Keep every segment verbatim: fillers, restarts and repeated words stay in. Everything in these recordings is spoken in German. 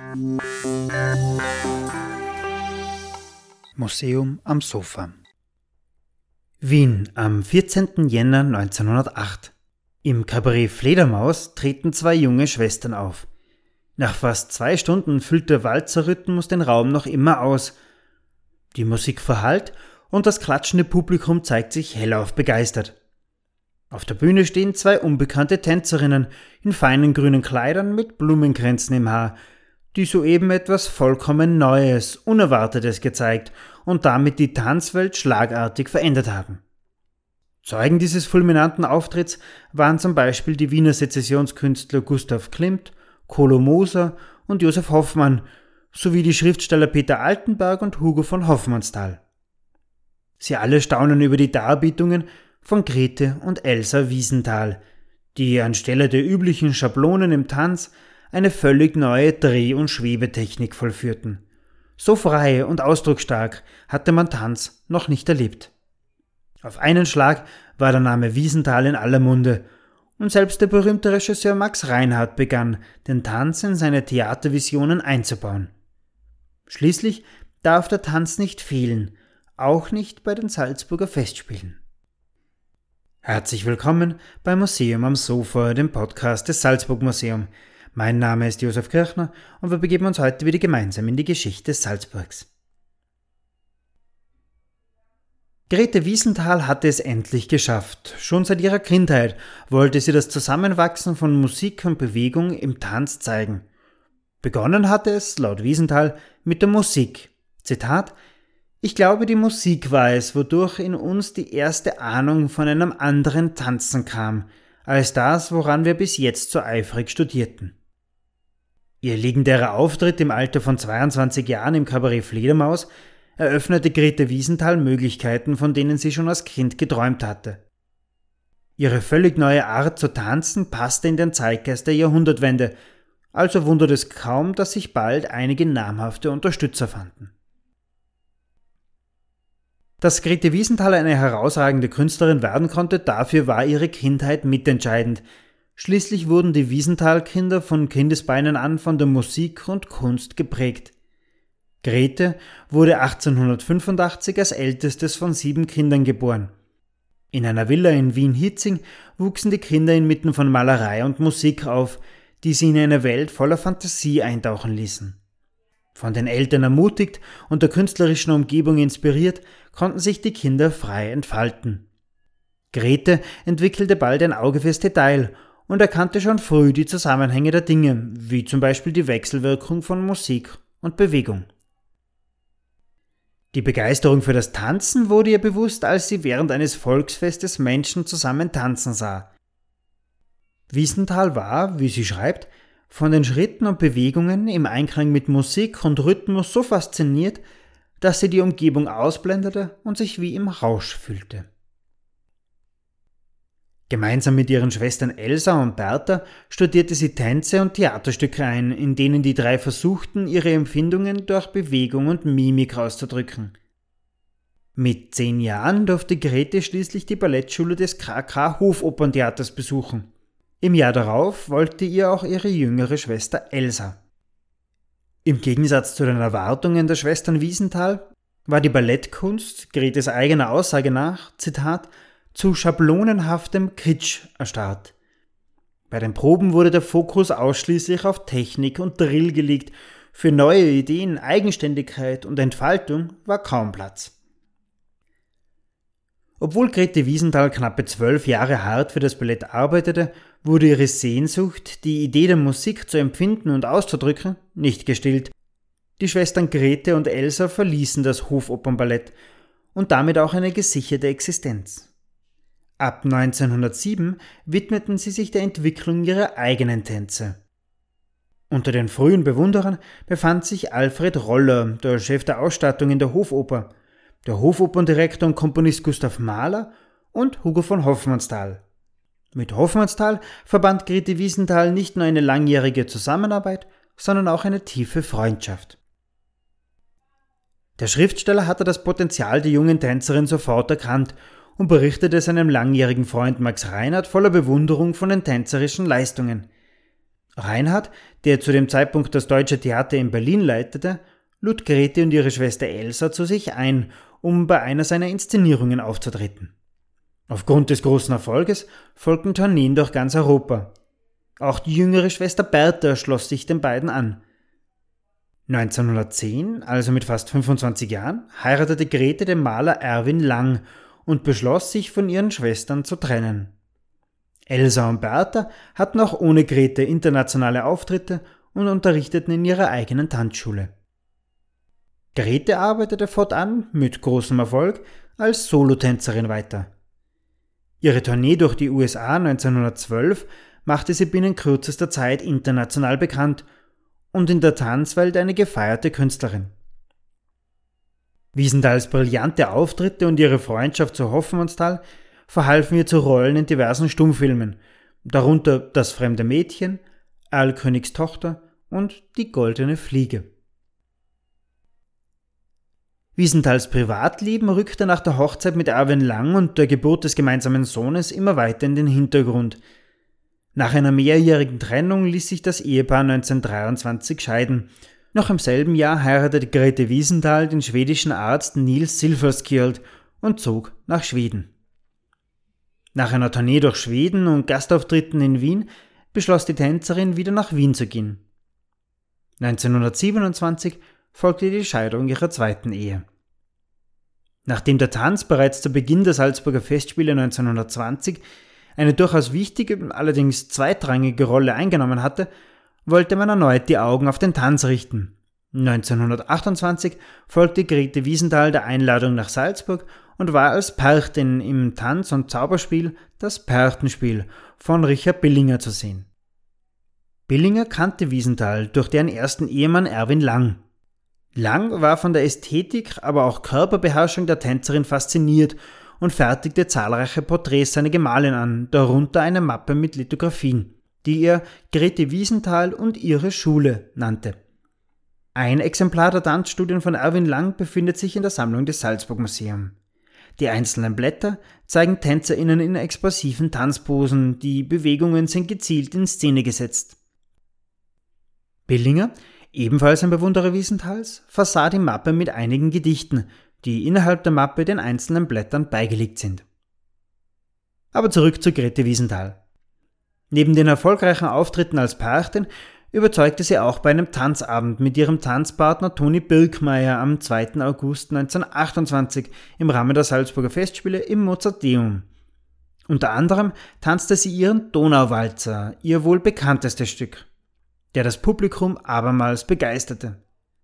Museum am Sofa. Wien am vierzehnten Jänner neunzehnhundertacht. Im Kabarett Fledermaus treten zwei junge Schwestern auf. Nach fast zwei Stunden füllt der Walzerrhythmus den Raum noch immer aus. Die Musik verhallt und das klatschende Publikum zeigt sich hellauf begeistert. Auf der Bühne stehen zwei unbekannte Tänzerinnen in feinen grünen Kleidern mit Blumenkränzen im Haar, die soeben etwas vollkommen Neues, Unerwartetes gezeigt und damit die Tanzwelt schlagartig verändert haben. Zeugen dieses fulminanten Auftritts waren zum Beispiel die Wiener Sezessionskünstler Gustav Klimt, Kolo Moser und Josef Hoffmann sowie die Schriftsteller Peter Altenberg und Hugo von Hofmannsthal. Sie alle staunen über die Darbietungen von Grete und Elsa Wiesenthal, die anstelle der üblichen Schablonen im Tanz eine völlig neue Dreh- und Schwebetechnik vollführten. So frei und ausdrucksstark hatte man Tanz noch nicht erlebt. Auf einen Schlag war der Name Wiesenthal in aller Munde und selbst der berühmte Regisseur Max Reinhardt begann, den Tanz in seine Theatervisionen einzubauen. Schließlich darf der Tanz nicht fehlen, auch nicht bei den Salzburger Festspielen. Herzlich willkommen beim Museum am Sofa, dem Podcast des Salzburg Museum. Mein Name ist Josef Kirchner und wir begeben uns heute wieder gemeinsam in die Geschichte Salzburgs. Grete Wiesenthal hatte es endlich geschafft. Schon seit ihrer Kindheit wollte sie das Zusammenwachsen von Musik und Bewegung im Tanz zeigen. Begonnen hatte es, laut Wiesenthal, mit der Musik. Zitat: Ich glaube, die Musik war es, wodurch in uns die erste Ahnung von einem anderen Tanzen kam, als das, woran wir bis jetzt so eifrig studierten. Ihr legendärer Auftritt im Alter von zweiundzwanzig Jahren im Kabarett Fledermaus eröffnete Grete Wiesenthal Möglichkeiten, von denen sie schon als Kind geträumt hatte. Ihre völlig neue Art zu tanzen passte in den Zeitgeist der Jahrhundertwende, also wundert es kaum, dass sich bald einige namhafte Unterstützer fanden. Dass Grete Wiesenthal eine herausragende Künstlerin werden konnte, dafür war ihre Kindheit mitentscheidend. Schließlich wurden die Wiesenthal-Kinder von Kindesbeinen an von der Musik und Kunst geprägt. Grete wurde achtzehnhundertfünfundachtzig als ältestes von sieben Kindern geboren. In einer Villa in Wien-Hietzing wuchsen die Kinder inmitten von Malerei und Musik auf, die sie in eine Welt voller Fantasie eintauchen ließen. Von den Eltern ermutigt und der künstlerischen Umgebung inspiriert, konnten sich die Kinder frei entfalten. Grete entwickelte bald ein Auge fürs Detail und erkannte schon früh die Zusammenhänge der Dinge, wie zum Beispiel die Wechselwirkung von Musik und Bewegung. Die Begeisterung für das Tanzen wurde ihr bewusst, als sie während eines Volksfestes Menschen zusammen tanzen sah. Wiesenthal war, wie sie schreibt, von den Schritten und Bewegungen im Einklang mit Musik und Rhythmus so fasziniert, dass sie die Umgebung ausblendete und sich wie im Rausch fühlte. Gemeinsam mit ihren Schwestern Elsa und Bertha studierte sie Tänze und Theaterstücke ein, in denen die drei versuchten, ihre Empfindungen durch Bewegung und Mimik auszudrücken. Mit zehn Jahren durfte Grete schließlich die Ballettschule des K K Hofoperntheaters besuchen. Im Jahr darauf folgte ihr auch ihre jüngere Schwester Elsa. Im Gegensatz zu den Erwartungen der Schwestern Wiesenthal war die Ballettkunst, Gretes eigener Aussage nach, Zitat, zu schablonenhaftem Kitsch erstarrt. Bei den Proben wurde der Fokus ausschließlich auf Technik und Drill gelegt, für neue Ideen, Eigenständigkeit und Entfaltung war kaum Platz. Obwohl Grete Wiesenthal knappe zwölf Jahre hart für das Ballett arbeitete, wurde ihre Sehnsucht, die Idee der Musik zu empfinden und auszudrücken, nicht gestillt. Die Schwestern Grete und Elsa verließen das Hofopernballett und damit auch eine gesicherte Existenz. Ab neunzehnhundertsieben widmeten sie sich der Entwicklung ihrer eigenen Tänze. Unter den frühen Bewunderern befand sich Alfred Roller, der Chef der Ausstattung in der Hofoper, der Hofoperndirektor und Komponist Gustav Mahler und Hugo von Hofmannsthal. Mit Hofmannsthal verband Grete Wiesenthal nicht nur eine langjährige Zusammenarbeit, sondern auch eine tiefe Freundschaft. Der Schriftsteller hatte das Potenzial der jungen Tänzerin sofort erkannt und berichtete seinem langjährigen Freund Max Reinhardt voller Bewunderung von den tänzerischen Leistungen. Reinhard, der zu dem Zeitpunkt das Deutsche Theater in Berlin leitete, lud Grete und ihre Schwester Elsa zu sich ein, um bei einer seiner Inszenierungen aufzutreten. Aufgrund des großen Erfolges folgten Tourneen durch ganz Europa. Auch die jüngere Schwester Bertha schloss sich den beiden an. neunzehnhundertzehn, also mit fast fünfundzwanzig Jahren, heiratete Grete den Maler Erwin Lang und beschloss, sich von ihren Schwestern zu trennen. Elsa und Bertha hatten auch ohne Grete internationale Auftritte und unterrichteten in ihrer eigenen Tanzschule. Grete arbeitete fortan, mit großem Erfolg, als Solotänzerin weiter. Ihre Tournee durch die U S A neunzehnhundertzwölf machte sie binnen kürzester Zeit international bekannt und in der Tanzwelt eine gefeierte Künstlerin. Wiesenthals brillante Auftritte und ihre Freundschaft zu Hoffmannsthal verhalfen ihr zu Rollen in diversen Stummfilmen, darunter Das fremde Mädchen, Erlkönigs Tochter und Die goldene Fliege. Wiesenthals Privatleben rückte nach der Hochzeit mit Erwin Lang und der Geburt des gemeinsamen Sohnes immer weiter in den Hintergrund. Nach einer mehrjährigen Trennung ließ sich das Ehepaar neunzehnhundertdreiundzwanzig scheiden. Noch im selben Jahr heiratete Grete Wiesenthal den schwedischen Arzt Nils Silfverskiöld und zog nach Schweden. Nach einer Tournee durch Schweden und Gastauftritten in Wien beschloss die Tänzerin, wieder nach Wien zu gehen. neunzehnhundertsiebenundzwanzig folgte die Scheidung ihrer zweiten Ehe. Nachdem der Tanz bereits zu Beginn der Salzburger Festspiele neunzehnhundertzwanzig eine durchaus wichtige, allerdings zweitrangige Rolle eingenommen hatte, wollte man erneut die Augen auf den Tanz richten. neunzehnhundertachtundzwanzig folgte Grete Wiesenthal der Einladung nach Salzburg und war als Perchtin im Tanz- und Zauberspiel Das Perchtenspiel von Richard Billinger zu sehen. Billinger kannte Wiesenthal durch deren ersten Ehemann Erwin Lang. Lang war von der Ästhetik, aber auch Körperbeherrschung der Tänzerin fasziniert und fertigte zahlreiche Porträts seiner Gemahlin an, darunter eine Mappe mit Lithografien, die er Grete Wiesenthal und ihre Schule nannte. Ein Exemplar der Tanzstudien von Erwin Lang befindet sich in der Sammlung des Salzburg Museum. Die einzelnen Blätter zeigen TänzerInnen in expressiven Tanzposen, die Bewegungen sind gezielt in Szene gesetzt. Billinger, ebenfalls ein Bewunderer Wiesenthals, versah die Mappe mit einigen Gedichten, die innerhalb der Mappe den einzelnen Blättern beigelegt sind. Aber zurück zu Grete Wiesenthal. Neben den erfolgreichen Auftritten als Perchtin überzeugte sie auch bei einem Tanzabend mit ihrem Tanzpartner Toni Birkmeier am zweiten August neunzehnhundertachtundzwanzig im Rahmen der Salzburger Festspiele im Mozarteum. Unter anderem tanzte sie ihren Donauwalzer, ihr wohl bekanntestes Stück, der das Publikum abermals begeisterte.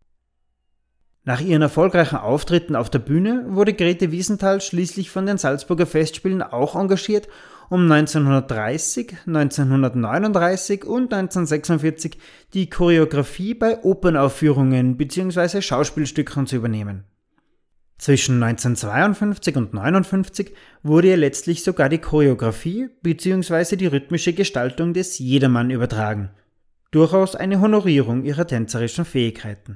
Nach ihren erfolgreichen Auftritten auf der Bühne wurde Grete Wiesenthal schließlich von den Salzburger Festspielen auch engagiert, um neunzehnhundertdreißig, neunzehnhundertneununddreißig und neunzehnhundertsechsundvierzig die Choreografie bei Opernaufführungen bzw. Schauspielstücken zu übernehmen. Zwischen neunzehnhundertzweiundfünfzig und neunundfünfzig wurde ihr letztlich sogar die Choreografie bzw. die rhythmische Gestaltung des Jedermann übertragen. Durchaus eine Honorierung ihrer tänzerischen Fähigkeiten.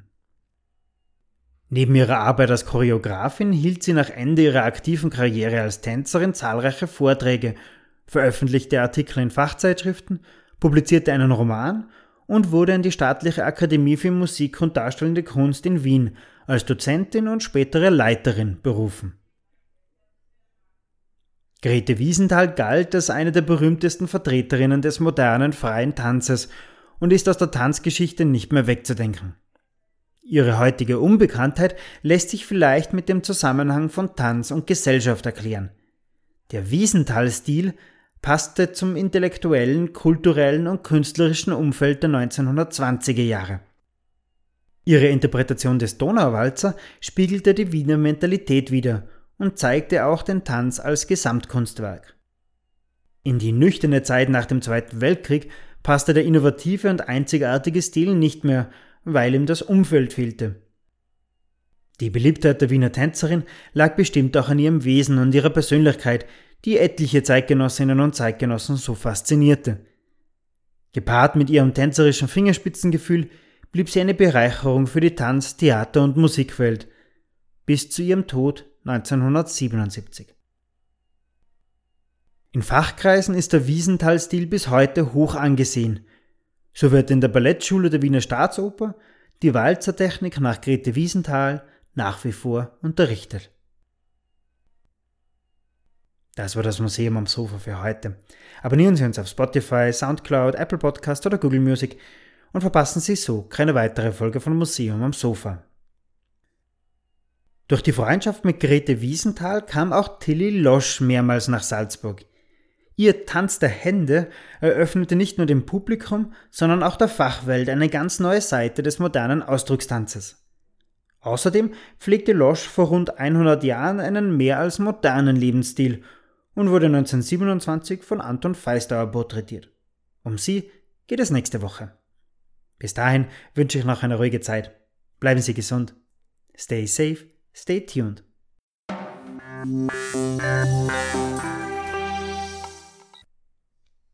Neben ihrer Arbeit als Choreografin hielt sie nach Ende ihrer aktiven Karriere als Tänzerin zahlreiche Vorträge, veröffentlichte Artikel in Fachzeitschriften, publizierte einen Roman und wurde an die Staatliche Akademie für Musik und Darstellende Kunst in Wien als Dozentin und spätere Leiterin berufen. Grete Wiesenthal galt als eine der berühmtesten Vertreterinnen des modernen freien Tanzes und ist aus der Tanzgeschichte nicht mehr wegzudenken. Ihre heutige Unbekanntheit lässt sich vielleicht mit dem Zusammenhang von Tanz und Gesellschaft erklären. Der Wiesenthal-Stil passte zum intellektuellen, kulturellen und künstlerischen Umfeld der neunzehnhundertzwanziger Jahre. Ihre Interpretation des Donauwalzer spiegelte die Wiener Mentalität wider und zeigte auch den Tanz als Gesamtkunstwerk. In die nüchterne Zeit nach dem Zweiten Weltkrieg passte der innovative und einzigartige Stil nicht mehr, weil ihm das Umfeld fehlte. Die Beliebtheit der Wiener Tänzerin lag bestimmt auch an ihrem Wesen und ihrer Persönlichkeit, die etliche Zeitgenossinnen und Zeitgenossen so faszinierte. Gepaart mit ihrem tänzerischen Fingerspitzengefühl blieb sie eine Bereicherung für die Tanz-, Theater- und Musikwelt, bis zu ihrem Tod neunzehnhundertsiebenundsiebzig. In Fachkreisen ist der Wiesenthal-Stil bis heute hoch angesehen. So wird in der Ballettschule der Wiener Staatsoper die Walzertechnik nach Grete Wiesenthal nach wie vor unterrichtet. Das war das Museum am Sofa für heute. Abonnieren Sie uns auf Spotify, Soundcloud, Apple Podcast oder Google Music und verpassen Sie so keine weitere Folge von Museum am Sofa. Durch die Freundschaft mit Grete Wiesenthal kam auch Tilly Losch mehrmals nach Salzburg. Ihr Tanz der Hände eröffnete nicht nur dem Publikum, sondern auch der Fachwelt eine ganz neue Seite des modernen Ausdruckstanzes. Außerdem pflegte Losch vor rund hundert Jahren einen mehr als modernen Lebensstil und wurde neunzehnhundertsiebenundzwanzig von Anton Feistauer porträtiert. Um sie geht es nächste Woche. Bis dahin wünsche ich noch eine ruhige Zeit. Bleiben Sie gesund. Stay safe, stay tuned.